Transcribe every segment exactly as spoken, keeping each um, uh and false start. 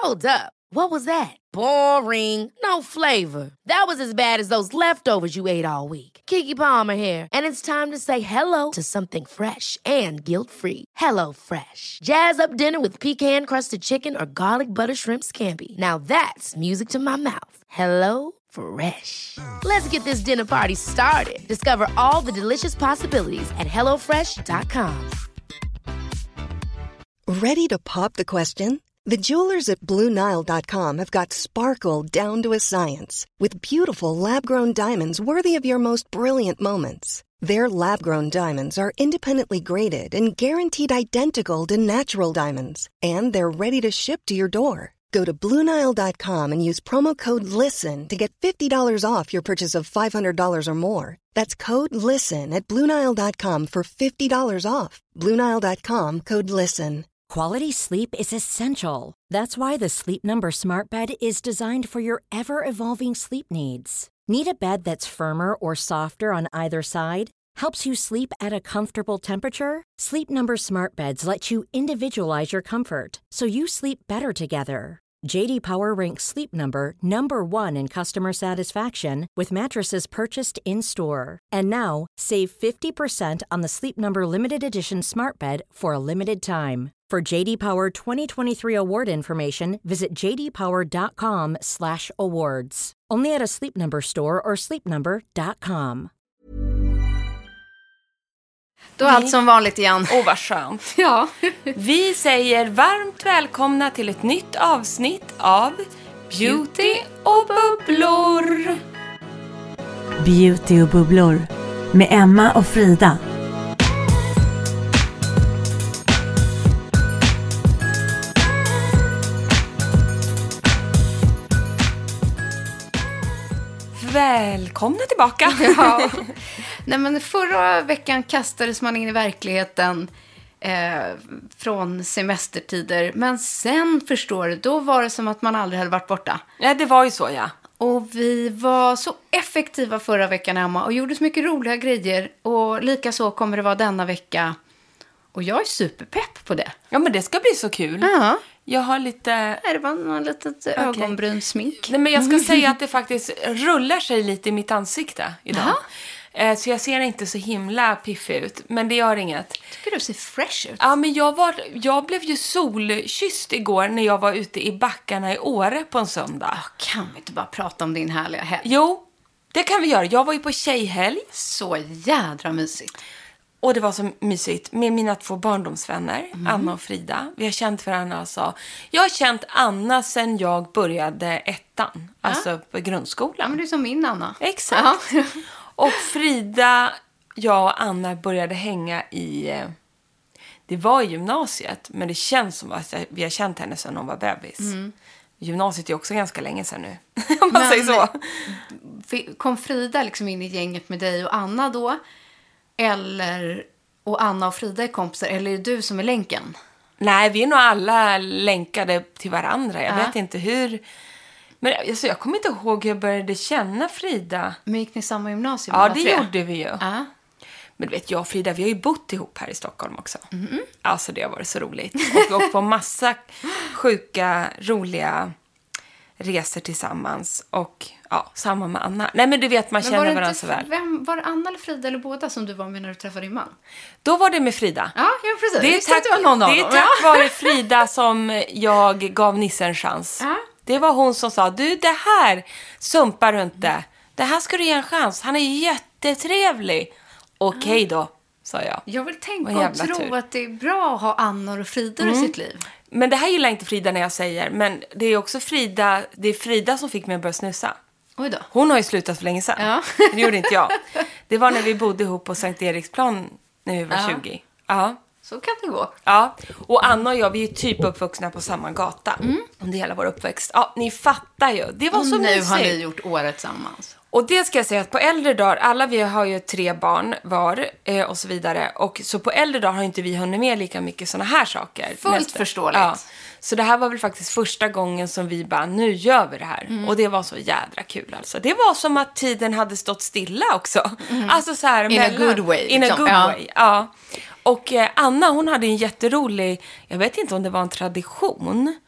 Hold up. What was that? Boring. No flavor. That was as bad as those leftovers you ate all week. Keke Palmer here, and it's time to say hello to something fresh and guilt-free. Hello Fresh. Jazz up dinner with pecan-crusted chicken or garlic butter shrimp scampi. Now that's music to my mouth. Hello Fresh. Let's get this dinner party started. Discover all the delicious possibilities at hello fresh dot com. Ready to pop the question? The jewelers at Blue Nile dot com have got sparkle down to a science with beautiful lab-grown diamonds worthy of your most brilliant moments. Their lab-grown diamonds are independently graded and guaranteed identical to natural diamonds, and they're ready to ship to your door. Go to Blue Nile dot com and use promo code LISTEN to get fifty dollars off your purchase of five hundred dollars or more. That's code LISTEN at Blue Nile dot com for fifty dollars off. Blue Nile dot com, code LISTEN. Quality sleep is essential. That's why the Sleep Number Smart Bed is designed for your ever-evolving sleep needs. Need a bed that's firmer or softer on either side? Helps you sleep at a comfortable temperature? Sleep Number Smart Beds let you individualize your comfort, so you sleep better together. J D Power ranks Sleep Number number one in customer satisfaction with mattresses purchased in-store. And now, save fifty percent on the Sleep Number Limited Edition Smart Bed for a limited time. For J D Power twenty twenty-three award information, visit j d power dot com slash awards. Only at a Sleep Number store or sleep number dot com. Då är allt som vanligt igen. Åh, vad skönt. Ja. Vi säger varmt välkomna till ett nytt avsnitt av Beauty och bubblor. Beauty och bubblor med Emma och Frida. Välkomna tillbaka. Ja. Nej, men förra veckan kastades man in i verkligheten eh, från semestertider. Men sen, förstår du, då var det som att man aldrig hade varit borta. Ja, det var ju så, ja. Och vi var så effektiva förra veckan, Emma, och gjorde så mycket roliga grejer. Och lika så kommer det vara denna vecka. Och jag är superpepp på det. Ja, men det ska bli så kul. Ja. Jag har lite... Nej, det var någon litet okay. ögonbrynsmink. Nej, men jag ska säga att det faktiskt rullar sig lite i mitt ansikte idag. Jaha. Så jag ser inte så himla piffig ut. Men det gör inget. Tycker du ser fresh ut? Ja, men jag, var, jag blev ju solkysst igår när jag var ute i backarna i Åre på en söndag. Oh, kan vi inte bara prata om din härliga helg? Jo, det kan vi göra. Jag var ju på tjejhelg. Så jädra mysigt. Och det var så mysigt med mina två barndomsvänner, mm. Anna och Frida. Vi har känt varandra alltså. Jag har känt Anna sedan jag började ettan. Ja. Alltså på grundskolan. Ja, men du är som min Anna. Exakt. Ja. Och Frida, jag och Anna började hänga i... Det var i gymnasiet, men det känns som att vi har känt henne sedan hon var bebis. Mm. Gymnasiet är också ganska länge sedan nu. Om man säger så. Kom Frida liksom in i gänget med dig och Anna då? Eller, och Anna och Frida är kompisar, eller är det du som är länken? Nej, vi är nog alla länkade till varandra. Jag ja. vet inte hur... Men alltså, jag kommer inte ihåg hur jag började känna Frida. Men gick ni samma gymnasium? Ja, det tre? gjorde vi ju. Ja. Men du vet, jag och Frida, vi har ju bott ihop här i Stockholm också. Mm-hmm. Alltså, det har varit så roligt. Och vi åkt på massa sjuka, roliga resor tillsammans. Och ja, samma med Anna. Nej, men du vet, man men känner varandra så väl. Vem, var det Anna eller Frida eller båda som du var med när du träffade din man? Då var det med Frida. Ja, ja precis. Det är tack, det någon det är tack vare Frida som jag gav Nisse en chans. Ja. Det var hon som sa, du, det här sumpar du inte. Det här ska du ge en chans. Han är jättetrevlig. Okej då, sa jag. Jag vill tänka och tro tur. att det är bra att ha Anna och Frida mm. i sitt liv. Men det här gillar inte Frida när jag säger. Men det är också Frida, det är Frida som fick mig att börja snusa. Oj då. Hon har ju slutat för länge sedan. Ja. Det gjorde inte jag. Det var när vi bodde ihop på Sankt Eriksplan när vi var ja. tjugo. Ja. Så kan det gå. Ja, och Anna och jag, vi är typ uppvuxna på samma gata. Mm. Under hela vår uppväxt. Ja, ni fattar ju. Det var och så nu mysigt. har ni gjort året tillsammans. Och det ska jag säga att på äldre dagar, alla vi har ju tre barn var eh, och så vidare. Och så på äldre dagar har inte vi hunnit med lika mycket såna här saker. Fullt nästa. förståeligt. Ja. Så det här var väl faktiskt första gången som vi bara, nu gör vi det här. Mm. Och det var så jädra kul alltså. Det var som att tiden hade stått stilla också. Mm. Alltså så här, in mellan, a good way. In liksom. a good ja. way, ja. Och eh, Anna, hon hade en jätterolig, jag vet inte om det var en tradition.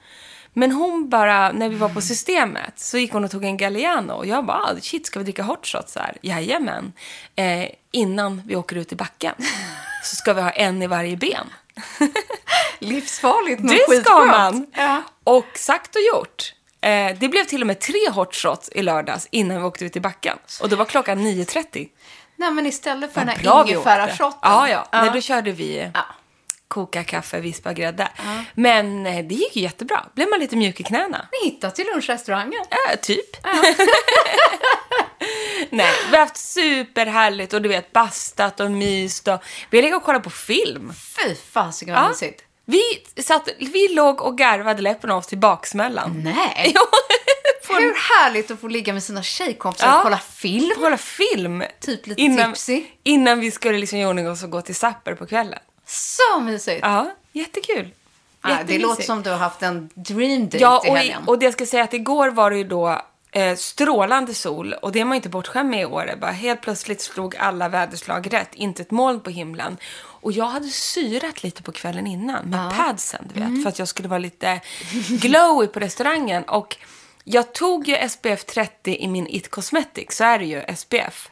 Men hon bara, när vi var på Systemet så gick hon och tog en Galliano. Och jag bara, shit, ska vi dricka hot shots här? Jajamän. Eh, innan vi åker ut i backen så ska vi ha en i varje ben. Livsfarligt, men det ska man. Ja. Och sagt och gjort. Eh, det blev till och med tre hot shots i lördags innan vi åkte ut i backen. Och då var klockan nio trettio. Nej, men istället för Vad den bra här vi ingefära-shotten. Ja, ja. Ja. Nej, då körde vi Ja. koka kaffe, vispa grädde. Ja. Men eh, det gick ju jättebra. Blev man lite mjuk i knäna. Ni hittade till lunchrestaurangen. Ja, typ. Ja. Nej, vi har haft superhärligt och du vet, bastat och myst och vi har legat och kollat på film. Fy fasiken vad Ja. mysigt. Vi, satt, vi låg och garvade läppen av oss till baksmällan. Nej. Jo. Hur härligt att få ligga med sina tjejkompisar Ja. och kolla film. Kolla film. Typ lite innan, tipsy. innan vi skulle liksom göra något och gå till Sapper på kvällen. Så mysigt. Ja, jättekul. Ja, det Jättemysigt. låter som du har haft en dream date Ja, i och, helgen. och det jag ska säga att igår var det ju då eh, strålande sol. Och det är man inte bortskämd med i år. Bara helt plötsligt slog alla väderslag rätt. Inte ett moln på himlen. Och jag hade syrat lite på kvällen innan med Ja. padsen, du vet. Mm. För att jag skulle vara lite glowy på restaurangen. Och jag tog ju S P F trettio i min It Cosmetics. Så är det ju S P F.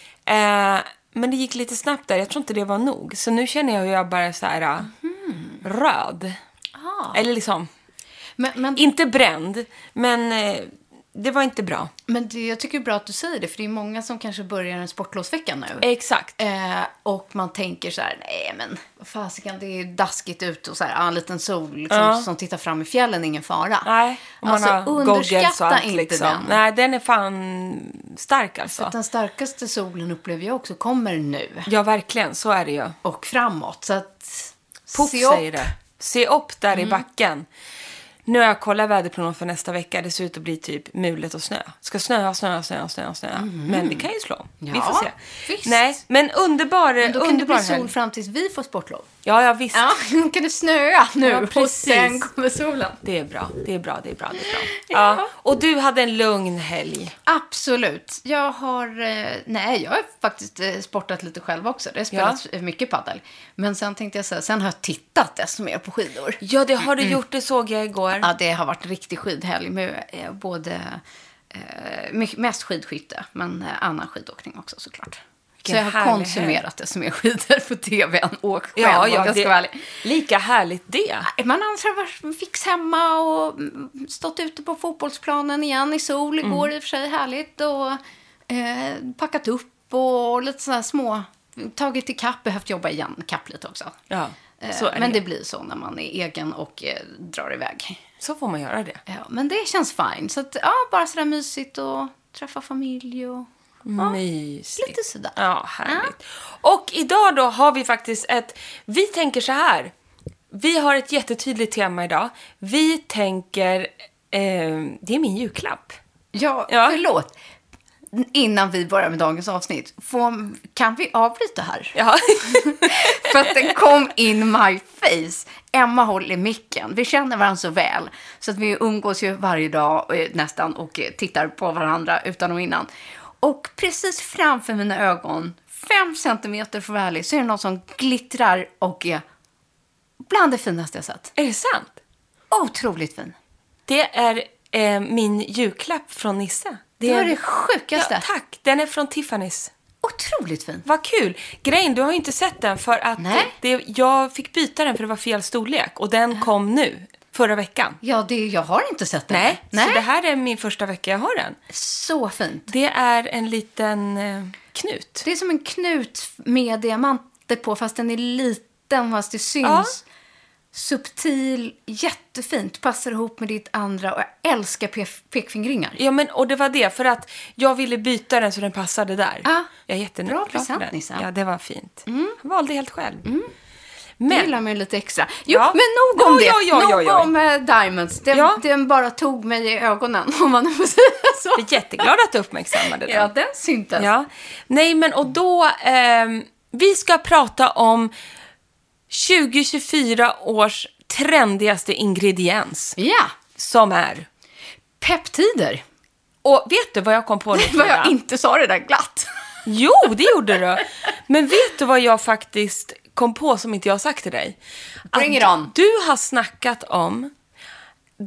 Eh, men det gick lite snabbt där. Jag tror inte det var nog. Så nu känner jag hur jag bara är så här Mm. röd. Ah. Eller liksom... Men, men, Inte bränd, men eh, det var inte bra. men det, jag tycker det är bra att du säger det, för det är många som kanske börjar en sportlovsvecka nu. Exakt. Eh, och man tänker så här, nej men vad fasiken, det är daskigt ut och så här, ah, en liten sol liksom, Ja. som tittar fram i fjällen, ingen fara. Nej, om man Alltså, har goggles och underskatta allt inte liksom. den. Nej, den är fan stark alltså. För att den starkaste solen upplever jag också kommer nu Ja, verkligen. Så är det ju. och framåt. Så att Puff se upp. säger det. Se upp där i backen. Nu har jag kollat väderplanen för nästa vecka. Det ser ut att bli typ mulet och snö. Ska snöa, snöa, snöa, snöa, snöa. Men det kan ju slå. Vi Ja, får se. visst. Nej, men underbar, Men då kan det underbar bli sol helg. fram tills vi får sportlov. Ja, ja, visst. Ja, då kan det snöa nu Ja, och precis. sen kommer solen. Det är bra, det är bra, det är bra, det är bra. Ja. Och du hade en lugn helg. Absolut. Jag har... Eh, nej, jag har faktiskt eh, sportat lite själv också. Det har spelat ja. mycket paddel. Men sen tänkte jag säga, sen har jag tittat desto mer på skidor. Ja, det har du gjort, det såg jag igår. Ja, det har varit riktig skidhelg med eh, både... Eh, mycket, mest skidskytte, men eh, annan skidåkning också såklart. Vilken så jag har härlig konsumerat det som är skidor på tv än åk själv. Ja, om ja, jag ska det, vara ärlig. lika härligt det. Man har varit fix hemma och stått ute på fotbollsplanen igen i sol igår, mm. i och för sig härligt. Och eh, packat upp och lite sådana små, tagit i kapp, behövt jobba igen kapp lite också. Ja, så är Men det. det blir så när man är egen och eh, drar iväg. Så får man göra det. Ja, men det känns fine. Så att, ja, bara sådär mysigt och träffa familj och... Ja, mysigt. lite sådär. Ja, härligt. Och idag då har vi faktiskt ett... Vi tänker så här. Vi har ett jättetydligt tema idag. Vi tänker... Eh, det är min julklapp. Ja, Ja. förlåt. Innan vi börjar med dagens avsnitt, får, kan vi avbryta här? Ja. För att den kom in my face. Emma håller micken. Vi känner varandra så väl. Så att vi umgås ju varje dag eh, nästan och eh, tittar på varandra utan och innan. Och precis framför mina ögon, fem centimeter för värlig, så är det någon som glittrar och är bland det finaste jag sett. Är det sant? Otroligt fin. Det är eh, min julklapp från Nisse. Det var är det sjukaste. Ja, tack. Den är från Tiffany's. Otroligt fin. Vad kul. Grejen, du har ju inte sett den för att Nej. det, jag fick byta den för det var fel storlek. Och den kom nu, förra veckan. Ja, det, jag har inte sett den. Nej, Nej. så det här är min första vecka jag har den. Så fint. Det är en liten eh, knut. Det är som en knut med diamanter på, fast den är liten, fast det syns. Ja. Subtil, jättefint, passar ihop med ditt andra och jag älskar pe- pekfingringar. Ja, men och det var det, för att jag ville byta den så den passade där. Ja. Jag är jättenöjd. Bra glad för present, den. Nissa. Ja, det var fint. Jag valde helt själv. Men. Men, Gillar mig lite extra. Jo, Ja. men nog om Ja, det. ja, ja, ja, nog ja. om uh, Diamonds. Den, Ja. den bara tog mig i ögonen, om man får säga så. jag är jätteglad att du uppmärksammade den. Ja, den syntes. Ja. Nej, men och då... ehm, vi ska prata om tjugo tjugofyra års trendigaste ingrediens. Ja, Som är... peptider. Och vet du vad jag kom på nu? Vad jag Frida? inte sa det där glatt. Jo, det gjorde du. Men vet du vad jag faktiskt kom på som inte jag har sagt till dig? Bring Att it on. Du har snackat om den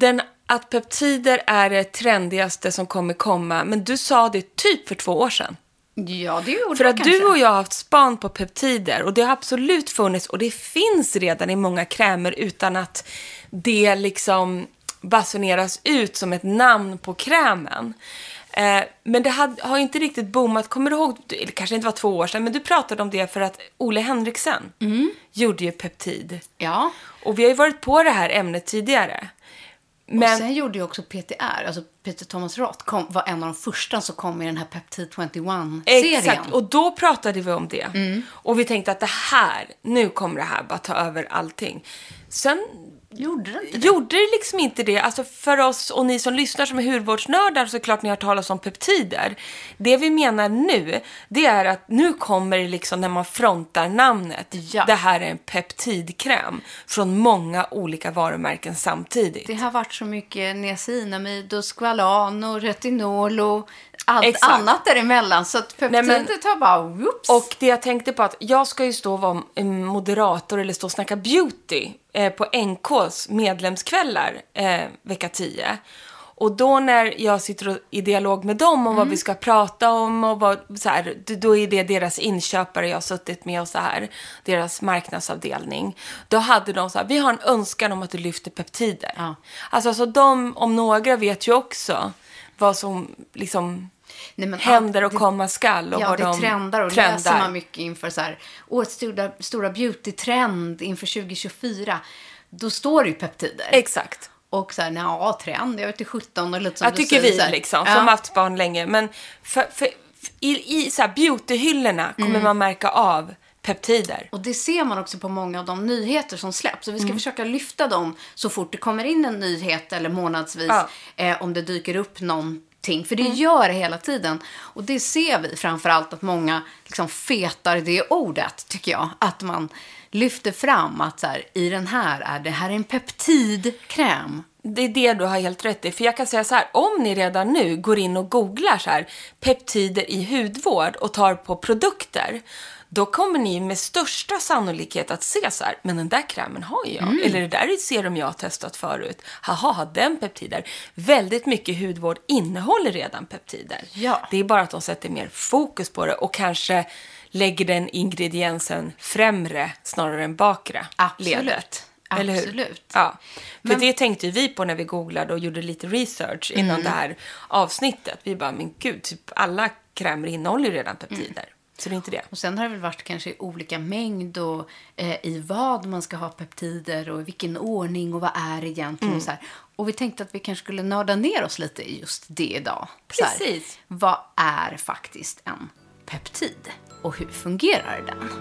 att peptider är det trendigaste som kommer komma. Men du sa det typ för två år sedan. Ja, det gjorde För att kanske. du och jag har haft span på peptider. Och det har absolut funnits. Och det finns redan i många krämer utan att det liksom basuneras ut som ett namn på krämen. Eh, men det had, har inte riktigt boomat. Kommer du ihåg, det kanske inte var två år sedan, men du pratade om det för att Ole Henriksen mm. gjorde ju peptid. Ja. Och vi har ju varit på det här ämnet tidigare. Men, och sen gjorde ju också P T R, alltså Peter Thomas Roth kom, var en av de första som kom i den här Peptid tjugoett-serien. Exakt, och då pratade vi om det. Mm. Och vi tänkte att det här, nu kommer det här bara ta över allting. Sen gjorde det inte det. Gjorde det liksom inte det. Alltså för oss och ni som lyssnar som är hudvårdsnördar, så klart ni har talat om peptider. Det vi menar nu, det är att nu kommer det liksom när man frontar namnet. Ja. Det här är en peptidkräm från många olika varumärken samtidigt. Det har varit så mycket niacinamid och squalan och retinol och allt Exakt. annat däremellan. Så att peptidet har bara whoops. Och det jag tänkte på att jag ska ju stå och vara en moderator eller stå och snacka beauty eh, på N K:s medlemskvällar eh, vecka tio. Och då när jag sitter i dialog med dem om mm. vad vi ska prata om och vad, så här, då är det deras inköpare jag har suttit med och så här, deras marknadsavdelning. Då hade de så här, vi har en önskan om att du lyfter peptider. Ja. Alltså, alltså de om några vet ju också vad som liksom Nej, men händer och det, komma skall. Och ja, vad det de trendar och trendar. läser man mycket inför så här, årets stora, stora beauty-trend inför tjugo tjugofyra. Då står det ju peptider. Exakt. Och så här, ja, trend, jag vet inte, sjutton och lite som jag du tycker säger. vi liksom, ja. som haft barn länge. Men för, för, för, i, i så här beautyhyllorna kommer mm. man märka av peptider. Och det ser man också på många av de nyheter som släpps. Så vi ska mm. försöka lyfta dem så fort det kommer in en nyhet eller månadsvis. Ja. Eh, om det dyker upp någonting. För det mm. gör det hela tiden. Och det ser vi framförallt att många liksom fetar det ordet, tycker jag. Att man lyfter fram att så här, i den här är det här är en peptidkräm. Det är det du har helt rätt i. För jag kan säga så här, om ni redan nu går in och googlar så här, peptider i hudvård och tar på produkter, då kommer ni med största sannolikhet att se så här, men den där krämen har jag. Mm. Eller det där är ett serum jag har testat förut. Haha, har den peptider. Väldigt mycket hudvård innehåller redan peptider. Ja. Det är bara att de sätter mer fokus på det och kanske lägger den ingrediensen främre snarare än bakre. Absolut. Ledet. Eller hur? Absolut. Ja. För Men... det tänkte vi på när vi googlade och gjorde lite research innan mm. det här avsnittet. Vi bara, men gud, typ alla krämer innehåller ju redan peptider. Mm. Så det är inte det. Och sen har det väl varit kanske i olika mängd och eh, i vad man ska ha peptider och i vilken ordning och vad är det egentligen mm. och så här. Och vi tänkte att vi kanske skulle nörda ner oss lite i just det idag. Precis. Så här, vad är faktiskt en peptid och hur fungerar den?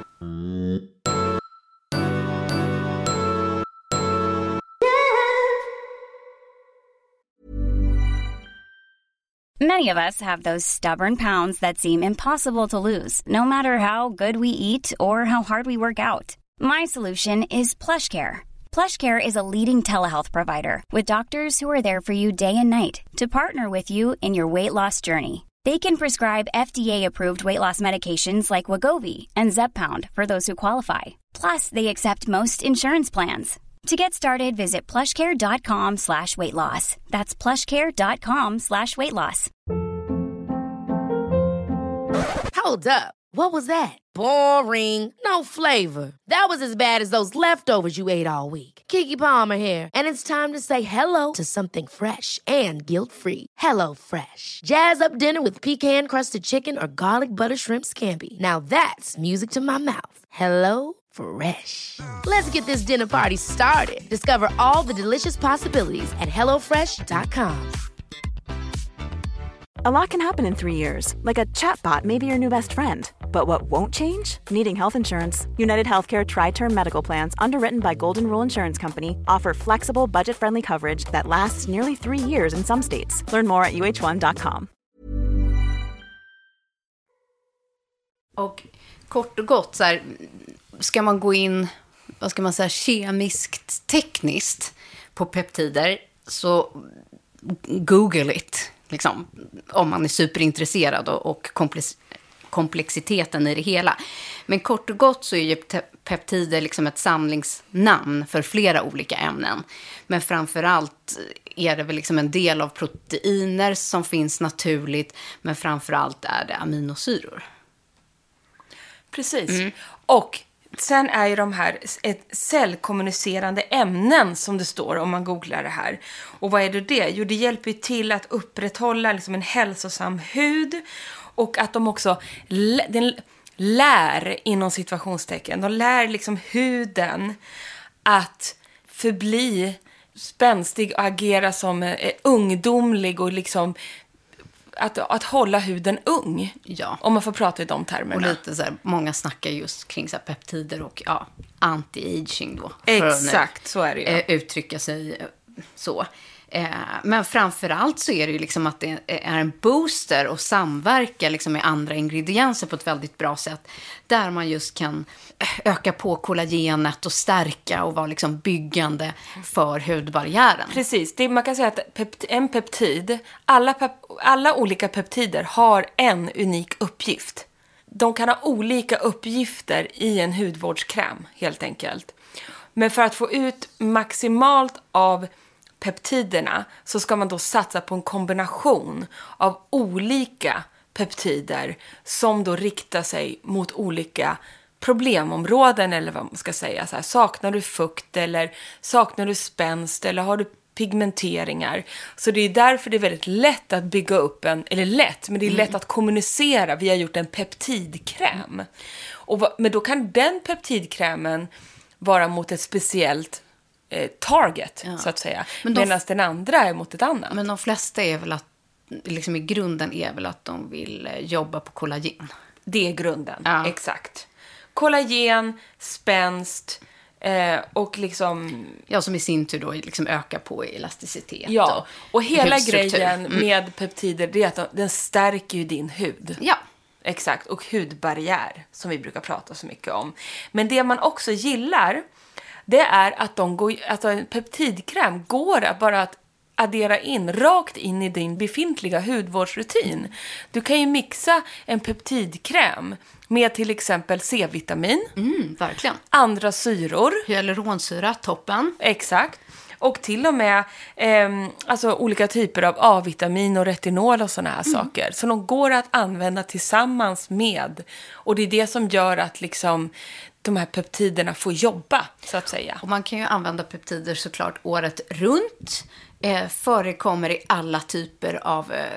Many of us have those stubborn pounds that seem impossible to lose, no matter how good we eat or how hard we work out. My solution is PlushCare. PlushCare is a leading telehealth provider with doctors who are there for you day and night to partner with you in your weight loss journey. They can prescribe F D A-approved weight loss medications like Wegovy and Zepbound for those who qualify. Plus, they accept most insurance plans. To get started, visit plushcare.com slash weight loss. That's plushcare.com slash weight loss. Hold up. What was that? Boring. No flavor. That was as bad as those leftovers you ate all week. Keke Palmer here, and it's time to say hello to something fresh and guilt-free. Hello Fresh. Jazz up dinner with pecan-crusted chicken or garlic butter shrimp scampi. Now that's music to my mouth. Hello Fresh. Let's get this dinner party started. Discover all the delicious possibilities at hello fresh dot com. A lot can happen in three years, like a chatbot may be your new best friend. But what won't change? Needing health insurance. United Healthcare Tri-Term Medical Plans, underwritten by Golden Rule Insurance Company, offer flexible, budget-friendly coverage that lasts nearly three years in some states. Learn more at u h one dot com. Och kort och gott så här, ska man gå in, vad ska man säga, kemiskt, tekniskt på peptider, så google it, liksom, om man är superintresserad och, och komplic- komplexiteten i det hela. Men kort och gott så är ju peptider liksom ett samlingsnamn för flera olika ämnen. Men framförallt är det väl liksom en del av proteiner som finns naturligt, men framförallt är det aminosyror. Precis. Mm. Och sen är ju de här ett cellkommunicerande ämnen som det står om man googlar det här. Och vad är det det? Jo, det hjälper ju till att upprätthålla liksom en hälsosam hud och att de också l- den lär inom situationstecken. De lär liksom huden att förbli spänstig och agera som eh, ungdomlig och liksom Att, att hålla huden ung, ja. Om man får prata i de termerna. Och lite så här, många snackar just kring så här peptider och ja, anti-aging då. Exakt, nu, så är det ju. Eh, uttrycka sig så. Eh, men framförallt så är det ju liksom att det är en booster och samverka liksom med andra ingredienser på ett väldigt bra sätt. Där man just kan öka på kollagenet och stärka och vara liksom byggande för hudbarriären. Precis, det, man kan säga att pept- en peptid, alla, pep- alla olika peptider har en unik uppgift. De kan ha olika uppgifter i en hudvårdskräm helt enkelt. Men för att få ut maximalt av peptiderna så ska man då satsa på en kombination av olika peptider som då riktar sig mot olika problemområden eller vad man ska säga. Så här, saknar du fukt eller saknar du spänst eller har du pigmenteringar? Så det är därför det är väldigt lätt att bygga upp en, eller lätt, men det är lätt mm. att kommunicera. Vi har gjort en peptidkräm. Och, men då kan den peptidkrämen vara mot ett speciellt eh, target, ja. Så att säga. Men de, medan den andra är mot ett annat. Men de flesta är väl att, liksom i grunden är väl att de vill jobba på kollagen. Det är grunden, ja. Exakt. Kollagen, spänst eh, och liksom... Ja, som i sin tur då liksom ökar på elasticitet. Ja, och, och hela hudstruktur. grejen med peptider det är att den stärker ju din hud. Ja. Exakt, och hudbarriär som vi brukar prata så mycket om. Men det man också gillar, det är att de går, alltså en peptidkräm går bara att addera in rakt in i din befintliga hudvårdsrutin. Du kan ju mixa en peptidkräm med till exempel C-vitamin. Mm, verkligen. Andra syror. Hyaluronsyra, toppen. Exakt. Och till och med eh, alltså olika typer av A-vitamin och retinol och såna här mm. saker. Så de går att använda tillsammans med. Och det är det som gör att liksom de här peptiderna får jobba, så att säga. Och man kan ju använda peptider såklart året runt. Eh, förekommer i alla typer av eh,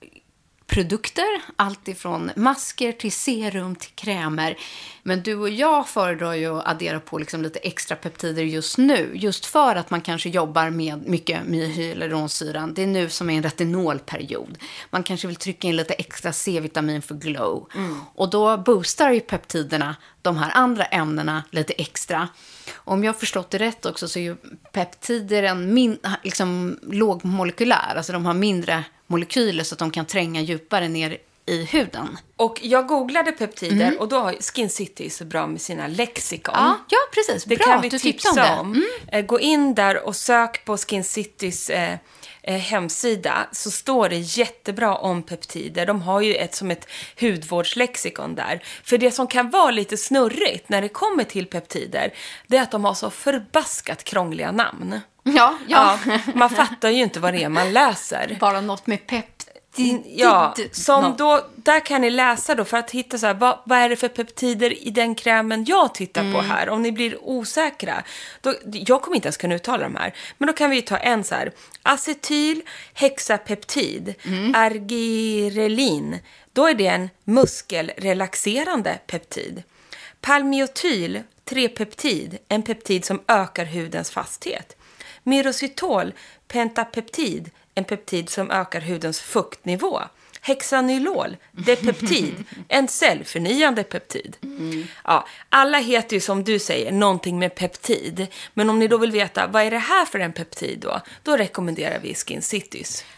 produkter. Allt ifrån masker till serum till krämer. Men du och jag föredrar ju att addera på liksom lite extra peptider just nu. Just för att man kanske jobbar med mycket med hyaluronsyran. Det är nu som är en retinolperiod. Man kanske vill trycka in lite extra C-vitamin för glow. Mm. Och då boostar ju peptiderna de här andra ämnena lite extra. Om jag har förstått det rätt också så är ju peptider en min, liksom lågmolekylär. Alltså de har mindre molekyler så att de kan tränga djupare ner i huden. Och jag googlade peptider mm. och då har Skin City så bra med sina lexikon. Ja, ja precis. Det bra, kan vi du tipsa om. om. Mm. Eh, gå in där och sök på Skin Citys eh, eh, hemsida så står det jättebra om peptider. De har ju ett som ett hudvårdslexikon där. För det som kan vara lite snurrigt när det kommer till peptider, det är att de har så förbaskat krångliga namn. Ja, ja. ja man fattar ju inte vad det är man läser. Bara något med peptid. Ja, som då, där kan ni läsa då för att hitta så här, vad, vad är det för peptider i den krämen jag tittar mm. på här. Om ni blir osäkra, då, jag kommer inte ens kunna uttala de här. Men då kan vi ta en så här, acetyl hexapeptid, mm. argirelin. Då är det en muskelrelaxerande peptid. Palmiotyl, trepeptid, en peptid som ökar hudens fasthet. Myrocitol, pentapeptid, en peptid som ökar hudens fuktnivå. Hexanylol, depeptid, en cellförnyande peptid. Mm. Ja, alla heter ju som du säger någonting med peptid. Men om ni då vill veta vad är det här för en peptid då? Då rekommenderar vi Skin Citys.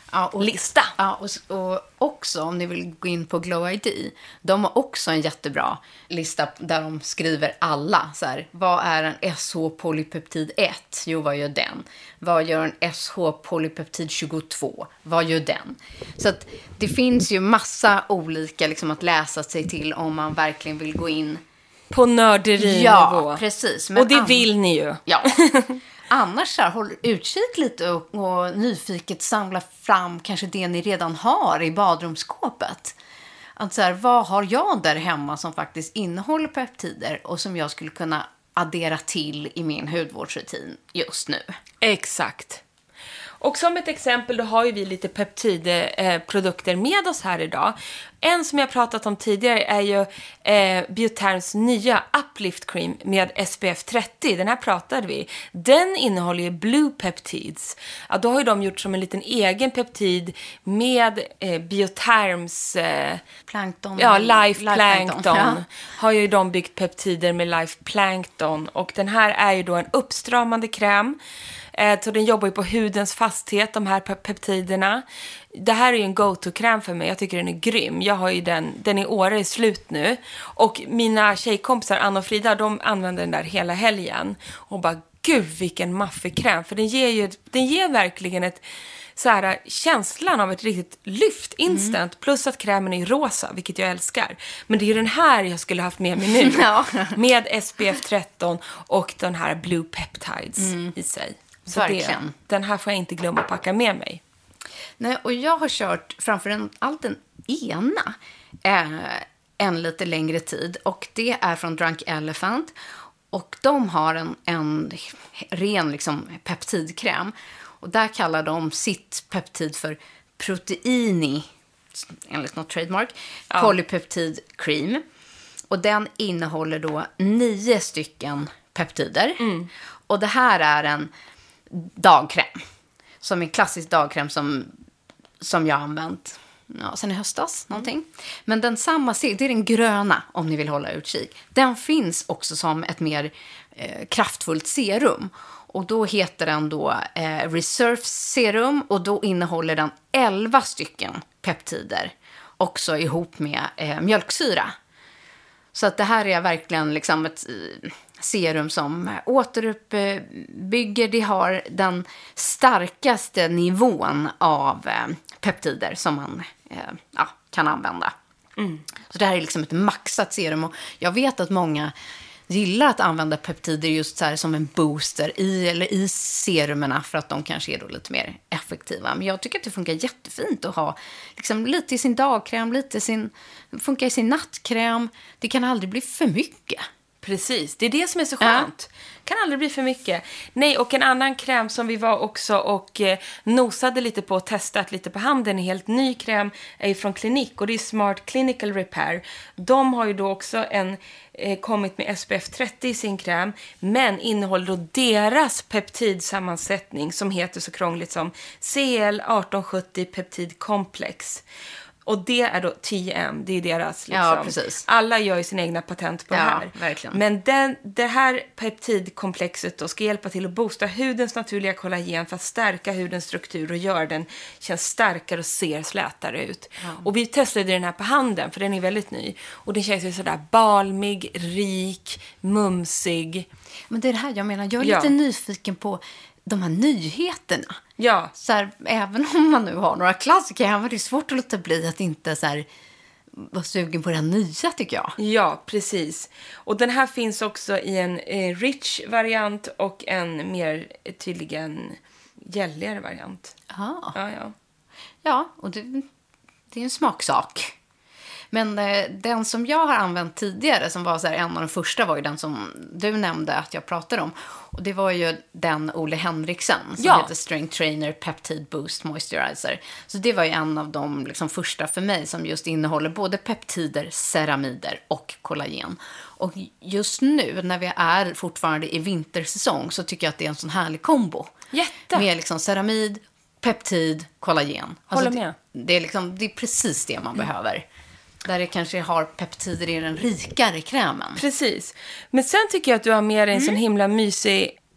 Ja, och, lista. Ja, och, och också om ni vill gå in på Glow I D, de har också en jättebra lista där de skriver alla. Så här, vad är en S H-polypeptid ett? Jo, vad gör den? Vad gör en S H-polypeptid tjugotvå? Vad gör den? Så att det finns ju massa olika liksom, att läsa sig till om man verkligen vill gå in på nörderinivå. Ja, precis. Men och det an- vill ni ju. Ja. Annars så här, håll utkik lite och, och nyfiket samla fram kanske det ni redan har i badrumsskåpet. Att så här, vad har jag där hemma som faktiskt innehåller peptider och som jag skulle kunna addera till i min hudvårdsrutin just nu. Exakt. Och som ett exempel då har ju vi lite peptidprodukter med oss här idag. En som jag pratat om tidigare är ju eh, Bioterms nya Uplift Cream med S P F trettio. Den här pratade vi. Den innehåller ju Blue Peptides. Ja, då har ju de gjort som en liten egen peptid med eh, Bioterms eh, Plankton. Ja, Life, Life Plankton. Plankton. Ja. Har ju de byggt peptider med Life Plankton. Och den här är ju då en uppstramande kräm. Så den jobbar ju på hudens fasthet, de här peptiderna. Det här är ju en go-to-kräm för mig. Jag tycker den är grym. Jag har ju den, den är året är slut nu. Och mina tjejkompisar, Anna och Frida, de använder den där hela helgen. Och bara, gud vilken maffig kräm. För den ger ju, den ger verkligen ett, så här, känslan av ett riktigt lyft instant. Mm. Plus att krämen är rosa, vilket jag älskar. Men det är ju den här jag skulle haft med mig nu. Ja. Med S P F tretton och den här Blue Peptides mm. i sig. Så verkligen. Det, den här får jag inte glömma att packa med mig. Nej, och jag har kört framför allt den ena eh, en lite längre tid. Och det är från Drunk Elephant. Och de har en, en ren liksom, peptidkräm. Och där kallar de sitt peptid för Proteini, enligt något trademark, ja. Polypeptid cream. Och den innehåller då nio stycken peptider. Mm. Och det här är en dagkräm. Som en klassisk dagkräm som, som jag har använt ja, sen i höstas. Någonting. Mm. Men den samma, det är den gröna om ni vill hålla utkik. Den finns också som ett mer eh, kraftfullt serum. Och då heter den då eh, Reserve Serum. Och då innehåller den elva stycken peptider. Också ihop med eh, mjölksyra. Så att det här är verkligen liksom ett eh, serum som återuppbygger. Det har den starkaste nivån av eh, peptider som man eh, ja, kan använda. Mm. Så det här är liksom ett maxat serum. Och jag vet att många gillar att använda peptider just så här som en booster i, eller i serumerna för att de kanske är då lite mer effektiva. Men jag tycker att det funkar jättefint att ha liksom lite i sin dagkräm, lite i sin, funkar i sin nattkräm. Det kan aldrig bli för mycket. Precis, det är det som är så skönt. Ja. Kan aldrig bli för mycket. Nej, och en annan kräm som vi var också och eh, nosade lite på och testat lite på handen, en helt ny kräm är från Clinique och det är Smart Clinical Repair. De har ju då också en eh, kommit med S P F trettio i sin kräm, men innehåller då deras peptidsammansättning som heter så krångligt som C L arton sjuttio Peptid Complex. Och det är då T M, det är deras liksom. Ja, precis. Alla gör ju sina egna patent på ja, det här. Verkligen. Men den, det här peptidkomplexet då ska hjälpa till att boosta hudens naturliga kollagen för att stärka hudens struktur och göra den känns starkare och ser slätare ut. Ja. Och vi testade den här på handen för den är väldigt ny. Och den känns ju sådär balmig, rik, mumsig. Men det är det här jag menar, jag är ja. lite nyfiken på de här nyheterna. Ja. Så här, även om man nu har några klassiker här var det svårt att låta bli att inte så här, vara sugen på det nya tycker jag. Ja, precis. Och den här finns också i en eh, rich variant och en mer eh, tydligen gälligare variant. Aha. Ja, ja. Ja, och det, det är en smaksak. Men eh, den som jag har använt tidigare som var så här, en av de första var ju den som du nämnde att jag pratade om. Och det var ju den Ole Henriksen som ja. heter Strength Trainer Peptide Boost Moisturizer. Så det var ju en av de liksom, första för mig som just innehåller både peptider, ceramider och kollagen. Och just nu när vi är fortfarande i vintersäsong så tycker jag att det är en sån härlig kombo. Jätte! Med liksom ceramid, peptid, kollagen. Håller alltså, med. Det, det, är liksom, det är precis det man mm. behöver. Där det kanske har peptider i den rikare krämen. Precis. Men sen tycker jag att du har med dig en mm. sån himla mysig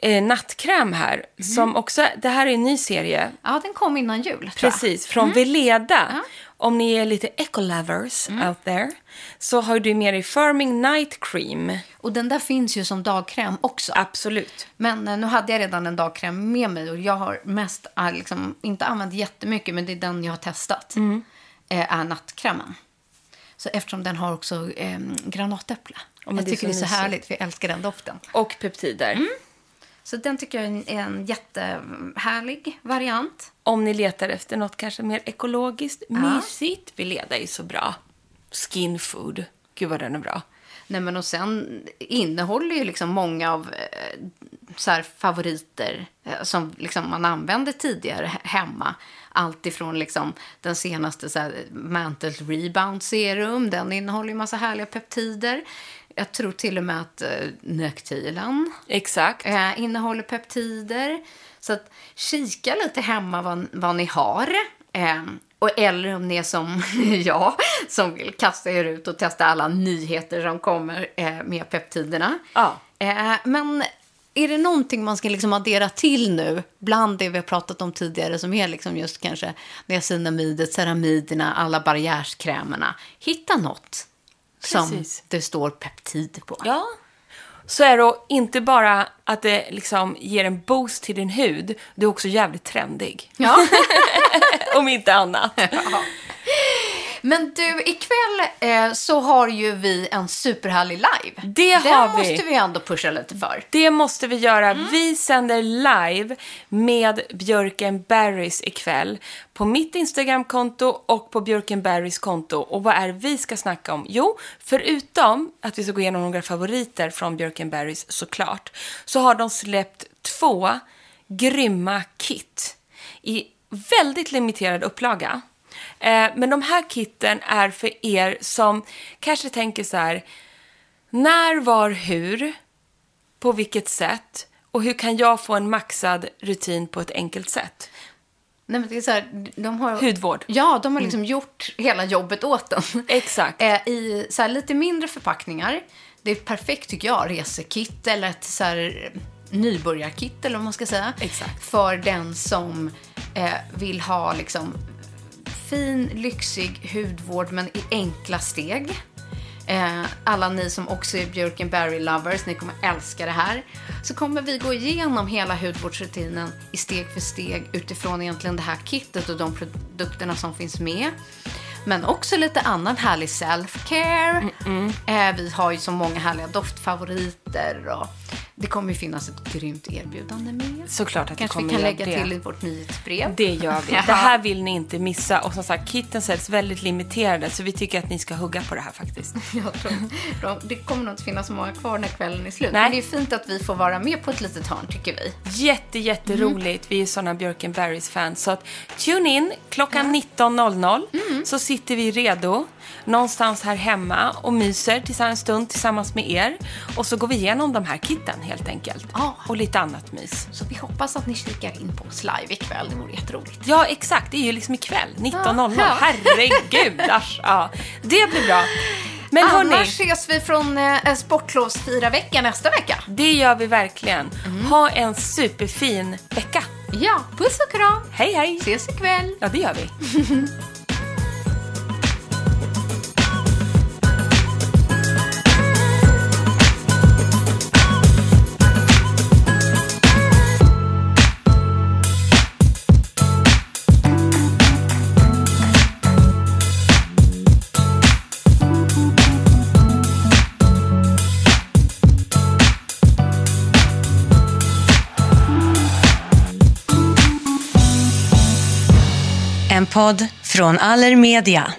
eh, nattkräm här. Mm. Som också, det här är en ny serie. Ja, den kom innan jul. Precis, från mm. Veleda. Ja. Om ni är lite eco-lovers mm. out there. Så har du med dig Firming Night Cream. Och den där finns ju som dagkräm också. Absolut. Men eh, nu hade jag redan en dagkräm med mig. Och jag har mest, äh, liksom, inte använt jättemycket. Men det är den jag har testat. Mm. Eh, är nattkrämen. Så eftersom den har också eh, granatäpple. Oh, jag tycker det är så, det är så härligt, för jag älskar den doften. Och peptider. Mm. Så den tycker jag är en jättehärlig variant. Om ni letar efter något kanske mer ekologiskt, ja. mysigt. Veleda är så bra. Skin food. Gud vad den är bra. Nej, men och sen innehåller ju liksom många av eh, så här favoriter eh, som liksom man använde tidigare hemma. Allt ifrån liksom den senaste så här, Mantle Rebound Serum. Den innehåller ju massa härliga peptider. Jag tror till och med att eh, Nöktilen Exakt. Eh, innehåller peptider. Så att kika lite hemma vad, vad ni har. Eh, och eller om ni är som jag som vill kasta er ut och testa alla nyheter som kommer eh, med peptiderna. Ja. Eh, men är det någonting man ska liksom addera till nu bland det vi har pratat om tidigare som är liksom just kanske niacinamidet, ceramiderna, alla barriärskrämerna. Hitta något som Precis. Det står peptider på. Ja. Så är det inte bara att det liksom ger en boost till din hud. Det är också jävligt trendig. Ja. Om inte annat. Ja. Men du, ikväll eh, så har ju vi en superhärlig live. Det Den har vi. måste vi ändå pusha lite för. Det måste vi göra. Mm. Vi sänder live med Björkenberries ikväll. På mitt Instagram-konto och på Björkenberries konto. Och vad är det vi ska snacka om? Jo, förutom att vi ska gå igenom några favoriter från Björkenberries såklart. Så har de släppt två grymma kit. I väldigt limiterad upplaga. Men de här kitten är för er som kanske tänker så här: när, var, hur, på vilket sätt och hur kan jag få en maxad rutin på ett enkelt sätt? Nej, men det är så här, de har, hudvård. Ja, de har liksom mm. gjort hela jobbet åt den. Exakt. I så här lite mindre förpackningar. Det är perfekt tycker jag, resekit eller ett så här nybörjarkit eller vad man ska säga. Exakt. För den som eh, vill ha liksom fin, lyxig hudvård men i enkla steg. Eh, alla ni som också är Björkenberry lovers, ni kommer älska det här. Så kommer vi gå igenom hela hudvårdsrutinen i steg för steg utifrån egentligen det här kittet och de produkterna som finns med. Men också lite annan härlig self-care. Eh, vi har ju så många härliga doftfavoriter och det kommer ju finnas ett grymt erbjudande med. Såklart att Kanske det kommer vi kan lägga det. till i vårt nyhetsbrev. Det gör vi. Det här vill ni inte missa. Och som sagt, kitten säljs väldigt limiterade. Så vi tycker att ni ska hugga på det här faktiskt. Jag tror, det kommer nog inte finnas så många kvar när kvällen är slut. Nej. Men det är fint att vi får vara med på ett litet hörn tycker vi. Jätte, jätteroligt. Mm. Vi är sådana Björkenberries-fans. Så att tune in klockan nitton noll noll. Mm. Så sitter vi redo någonstans här hemma och myser tillsammans en stund tillsammans med er. Och så går vi igenom de här kitten helt enkelt. Ja. Och lite annat mys. Så vi hoppas att ni kikar in på oss live ikväll. Det vore jätteroligt. Ja, exakt. Det är ju liksom ikväll. nitton noll noll. Ja. Herregud. Asch, ja. Det blir bra. Men annars hörni, ses vi från eh, sportlovsfira vecka nästa vecka. Det gör vi verkligen. Mm. Ha en superfin vecka. Ja, puss och kram. Hej, hej. Ses ikväll. Ja, det gör vi. En podd från Allermedia.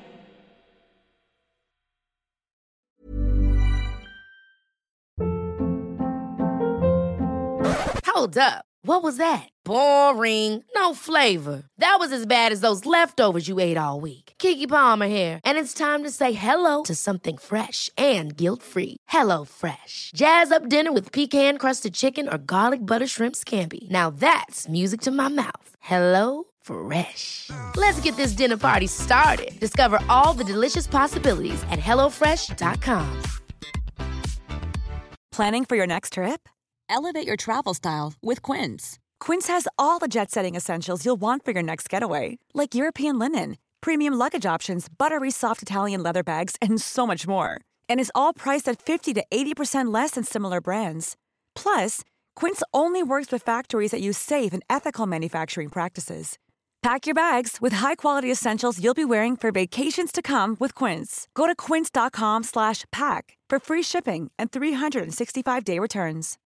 Hold up. What was that? Boring. No flavor. That was as bad as those leftovers you ate all week. Keke Palmer here, and it's time to say hello to something fresh and guilt-free. Hello Fresh. Jazz up dinner with pecan-crusted chicken or garlic butter shrimp scampi. Now that's music to my mouth. Hello Fresh. Let's get this dinner party started. Discover all the delicious possibilities at hello fresh dot com. Planning for your next trip? Elevate your travel style with Quince. Quince has all the jet-setting essentials you'll want for your next getaway, like European linen, premium luggage options, buttery soft Italian leather bags, and so much more. And is all priced at fifty to eighty percent less than similar brands. Plus, Quince only works with factories that use safe and ethical manufacturing practices. Pack your bags with high-quality essentials you'll be wearing for vacations to come with Quince. Go to quince dot com slash pack for free shipping and three sixty-five day returns.